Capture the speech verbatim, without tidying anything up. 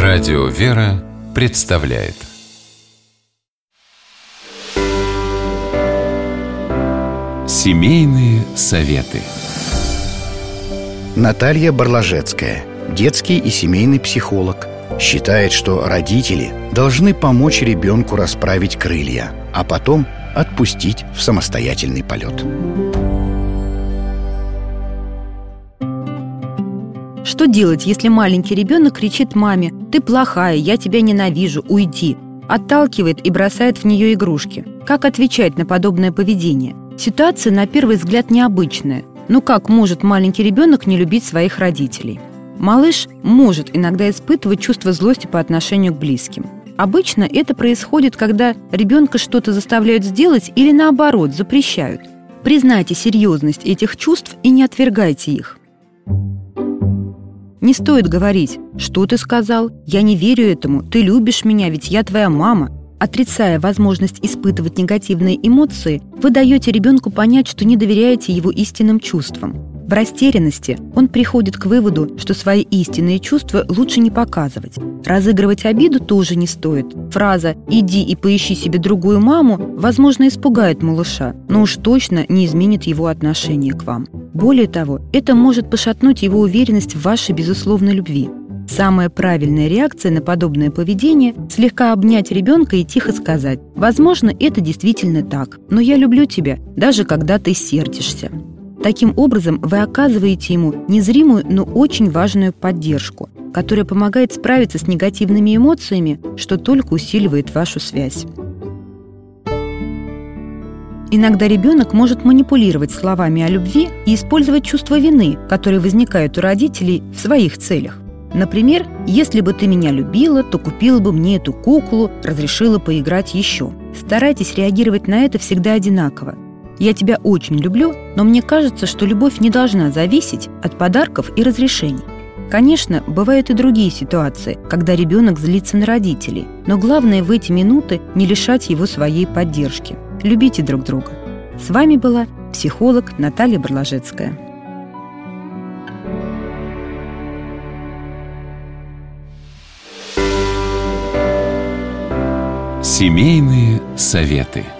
Радио «Вера» представляет Семейные советы. Наталья Барложецкая, детский и семейный психолог, считает, что родители должны помочь ребенку расправить крылья, а потом отпустить в самостоятельный полет. Что делать, если маленький ребенок кричит маме: «Ты плохая, я тебя ненавижу, уйди», отталкивает и бросает в нее игрушки? Как отвечать на подобное поведение? Ситуация, на первый взгляд, необычная. Но как может маленький ребенок не любить своих родителей? Малыш может иногда испытывать чувство злости по отношению к близким. Обычно это происходит, когда ребенка что-то заставляют сделать или, наоборот, запрещают. Признайте серьезность этих чувств и не отвергайте их. Не стоит говорить: «Что ты сказал? Я не верю этому. Ты любишь меня, ведь я твоя мама». Отрицая возможность испытывать негативные эмоции, вы даете ребенку понять, что не доверяете его истинным чувствам. В растерянности он приходит к выводу, что свои истинные чувства лучше не показывать. Разыгрывать обиду тоже не стоит. Фраза «иди и поищи себе другую маму» возможно испугает малыша, но уж точно не изменит его отношение к вам. Более того, это может пошатнуть его уверенность в вашей безусловной любви. Самая правильная реакция на подобное поведение – слегка обнять ребенка и тихо сказать: «Возможно, это действительно так, но я люблю тебя, даже когда ты сердишься». Таким образом, вы оказываете ему незримую, но очень важную поддержку, которая помогает справиться с негативными эмоциями, что только усиливает вашу связь. Иногда ребенок может манипулировать словами о любви и использовать чувство вины, которые возникают у родителей, в своих целях. Например, «если бы ты меня любила, то купила бы мне эту куклу, разрешила поиграть еще». Старайтесь реагировать на это всегда одинаково. «Я тебя очень люблю, но мне кажется, что любовь не должна зависеть от подарков и разрешений». Конечно, бывают и другие ситуации, когда ребенок злится на родителей, но главное в эти минуты не лишать его своей поддержки. Любите друг друга. С вами была психолог Наталья Барложецкая. Семейные советы.